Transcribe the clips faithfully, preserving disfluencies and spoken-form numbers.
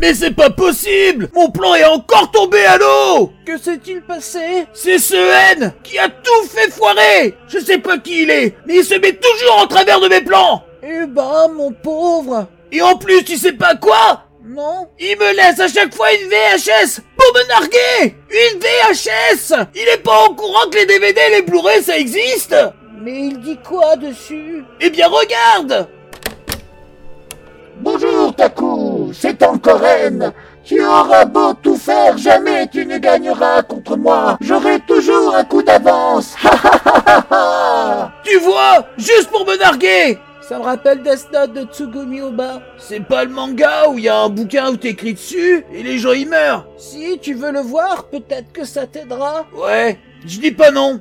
Mais c'est pas possible! Mon plan est encore tombé à l'eau! Que s'est-il passé? C'est ce N qui a tout fait foirer! Je sais pas qui il est, mais il se met toujours en travers de mes plans! Eh ben, mon pauvre! Et en plus, tu sais pas quoi? Non? Il me laisse à chaque fois une V H S pour me narguer! Une V H S! Il est pas au courant que les D V D et les Blu-ray ça existe! Mais il dit quoi dessus? Eh bien regarde! Bonjour Taku, c'est encore N. Tu auras beau tout faire, jamais tu ne gagneras contre moi. J'aurai toujours un coup d'avance. Ha ha ha ha ha. Tu vois? Juste pour me narguer! Ça me rappelle Death Note de Tsugumi Oba. C'est pas le manga où il y a un bouquin où t'écris dessus et les gens y meurent? Si tu veux le voir, peut-être que ça t'aidera. Ouais, je dis pas non.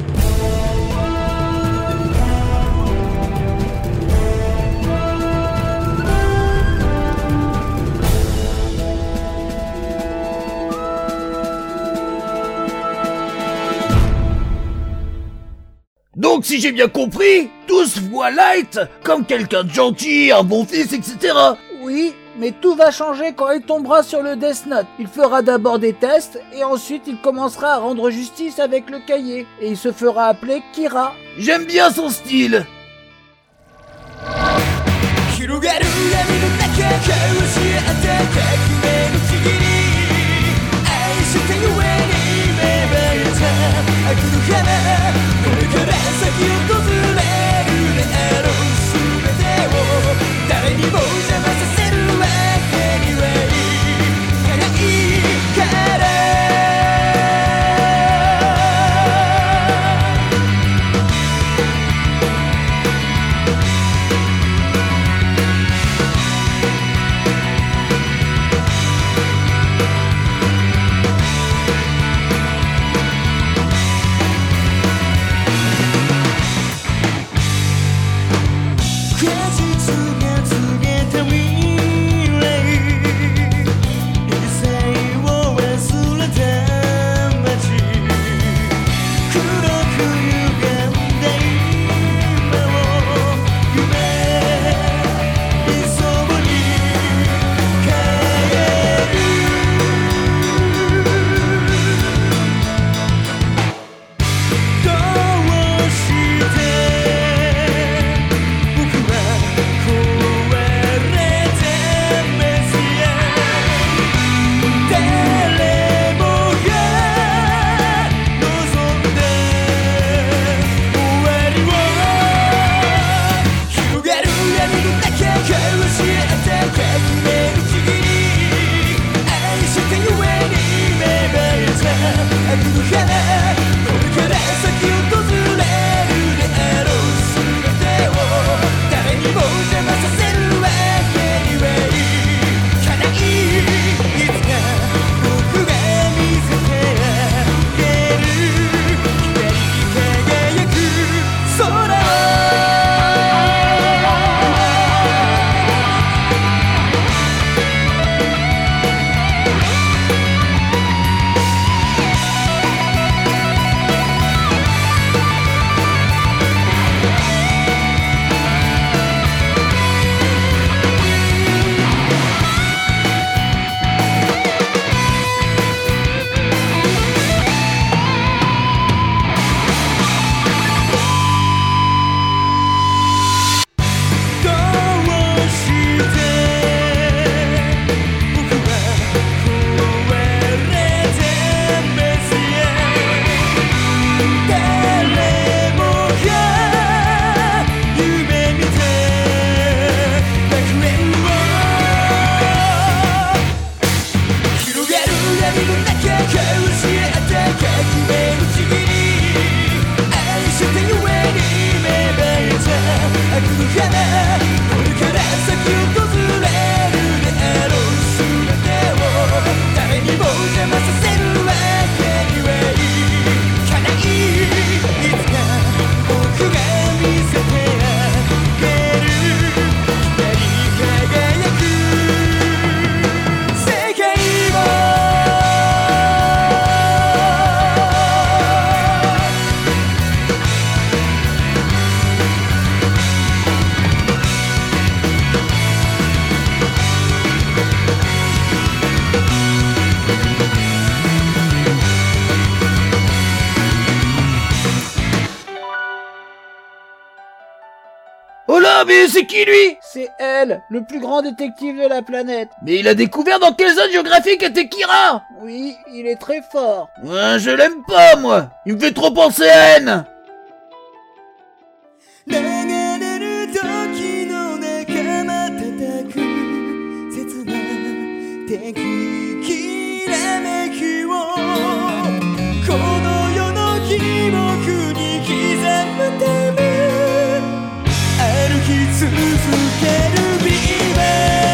Donc si j'ai bien compris, tous voient Light comme quelqu'un de gentil, un bon fils, et cetera. Oui, mais tout va changer quand il tombera sur le Death Note. Il fera d'abord des tests, et ensuite il commencera à rendre justice avec le cahier. Et il se fera appeler Kira. J'aime bien son style. Ah, mais c'est qui lui? C'est elle, le plus grand détective de la planète. Mais il a découvert dans quelle zone géographique était Kira? Oui, il est très fort. Ouais, je l'aime pas, moi. Il me fait trop penser à N. 流れる時の仲間叩く切な敵きらめきをこの世の記憶に刻むため歩き続けるビーバー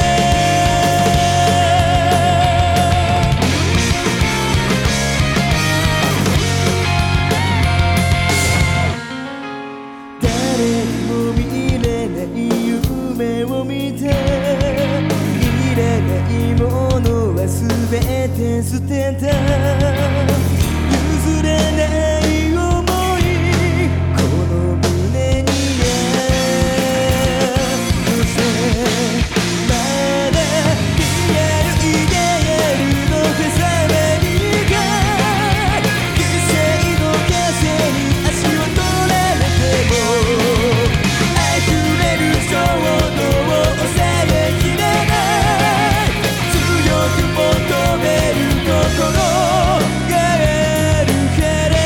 全て捨てた譲れない想いこの胸に宿せまだリアルイデアルの手さまにが犠牲の風に足を取られても溢れる衝動を抑えきれない強く求める心があるから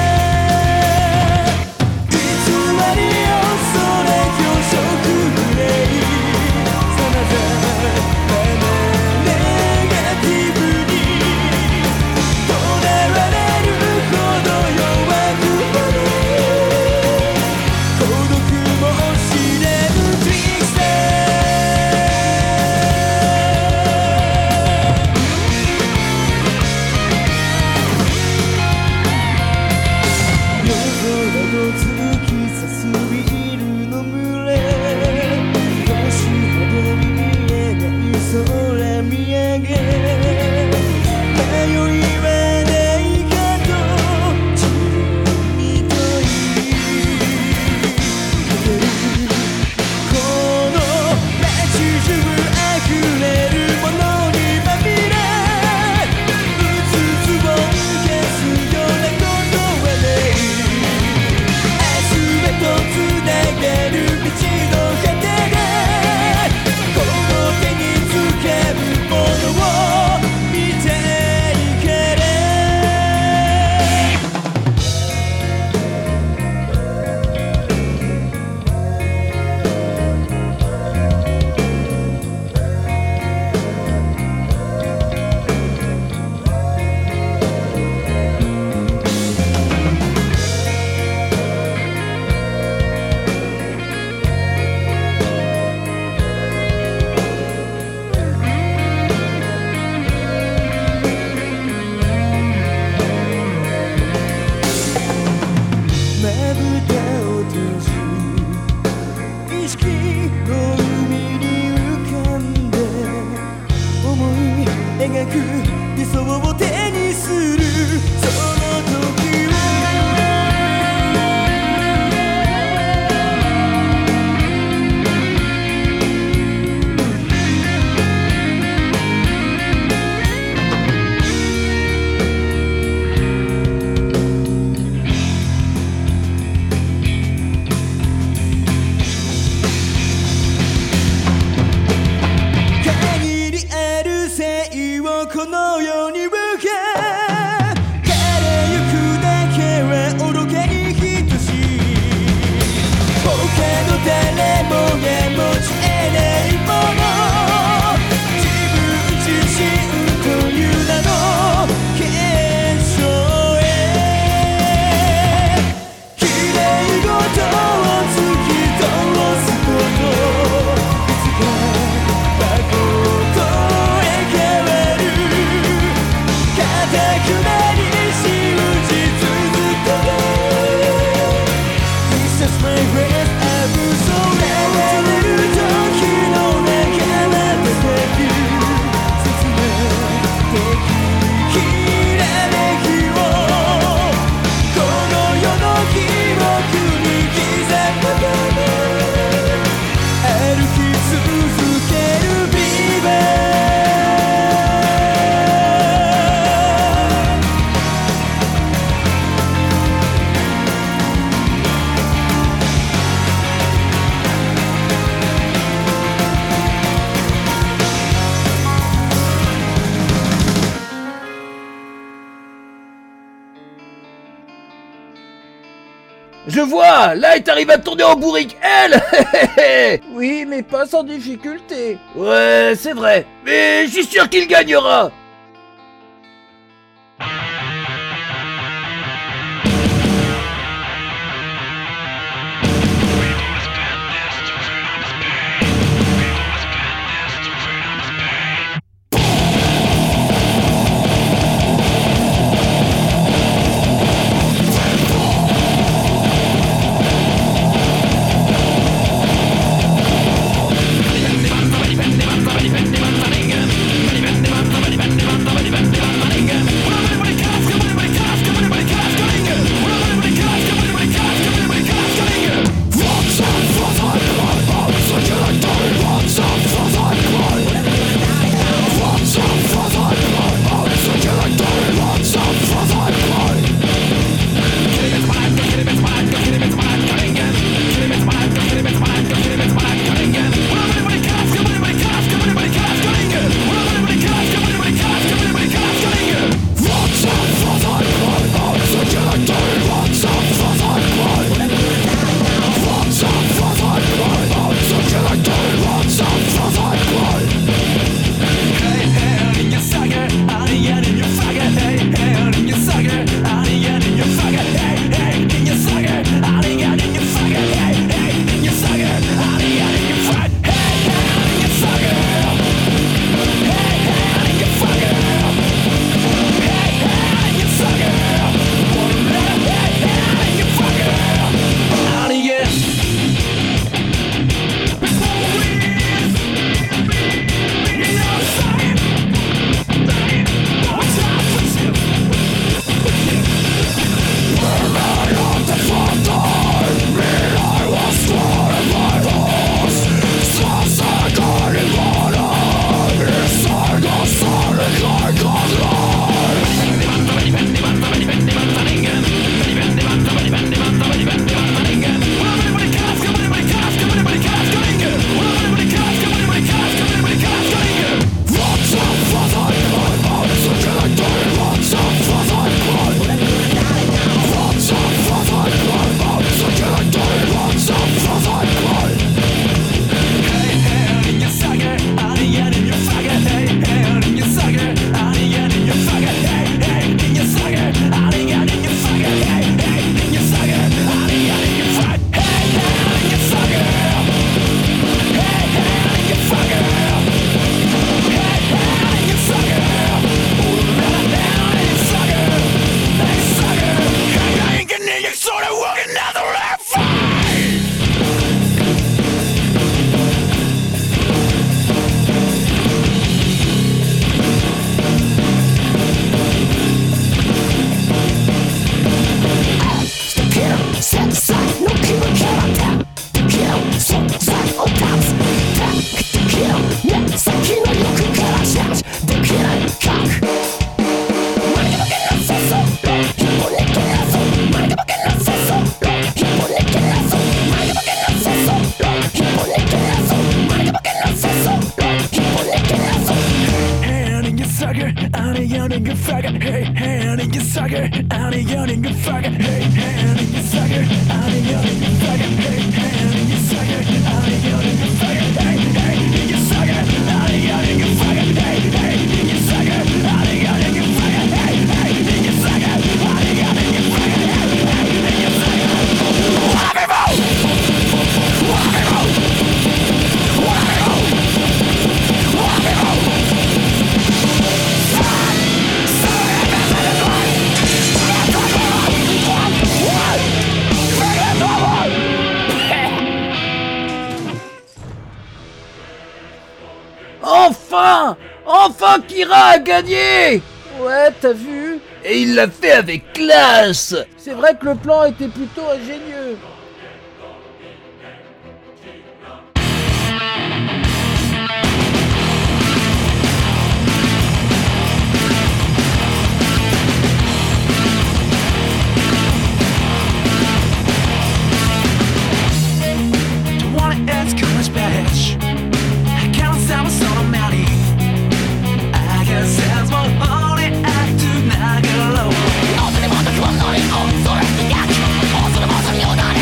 偽りをそれ虚飾憂いさまざまなネガティブにとらわれるほど弱くなる孤独も知れぬトリックスター理想を手にするその時は限りある性をこの世に受け je vois. Là, il arrive à tourner en bourrique, elle. Oui, mais pas sans difficulté. Ouais, c'est vrai. Mais je suis sûr qu'il gagnera. Enfin! Enfin Kira a gagné! Ouais, t'as vu? Et il l'a fait avec classe! C'est vrai que le plan était plutôt ingénieux. Oh,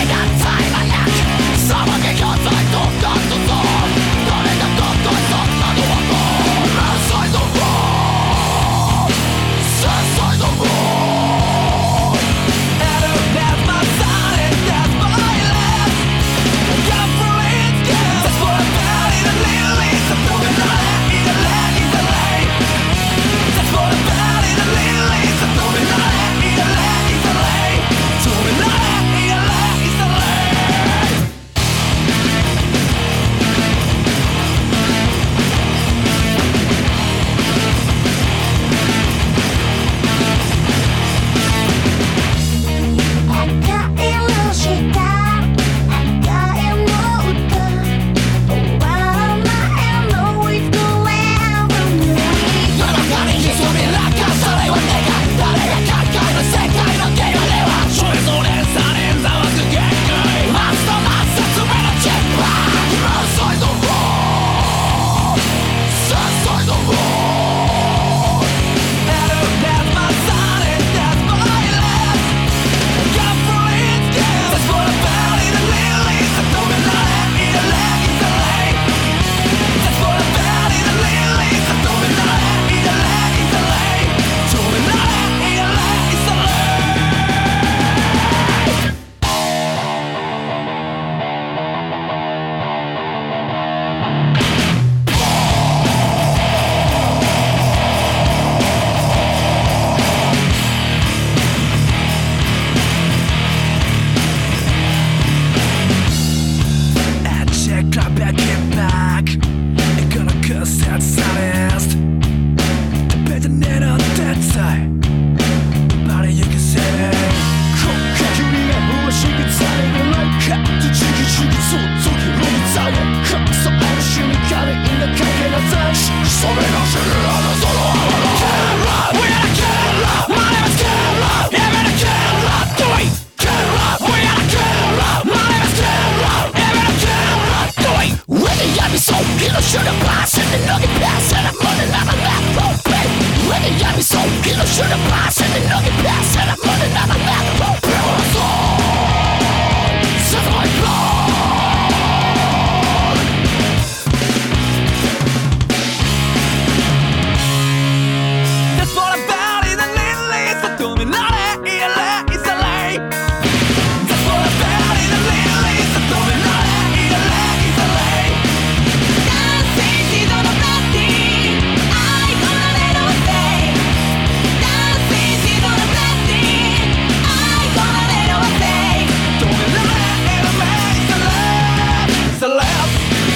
That's what about it, and lately it's a dominare, ele isale. That's what about it, and lately it's a dominare, ele isale. Dancing, she's on a plastic. I gonna let her stay. Dancing, she's on a plastic. I gonna let her stay. Dominare, ele isale, isale.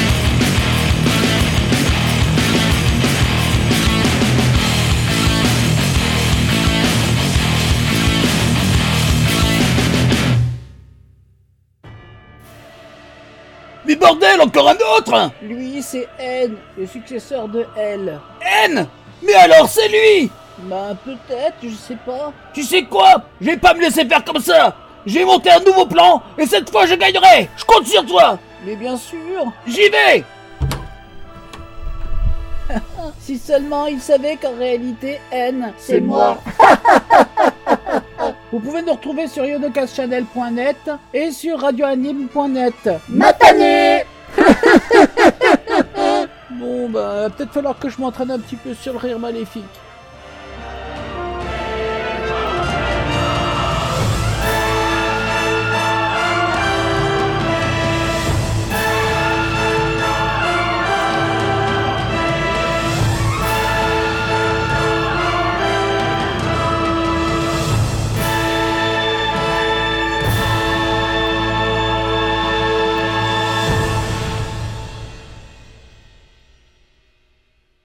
Mais bordel, encore un autre! Lui, c'est N, le successeur de L. N! Mais alors c'est lui! Bah, peut-être, je sais pas. Tu sais quoi? Je vais pas me laisser faire comme ça! J'ai monté un nouveau plan, et cette fois je gagnerai! Je compte sur toi! Mais bien sûr. J'y vais! Si seulement il savait qu'en réalité, N, C'est moi. Vous pouvez nous retrouver sur yodocast channel point net et sur radioanime point net. Matané. Bon, bah, va peut-être falloir que je m'entraîne un petit peu sur le rire maléfique.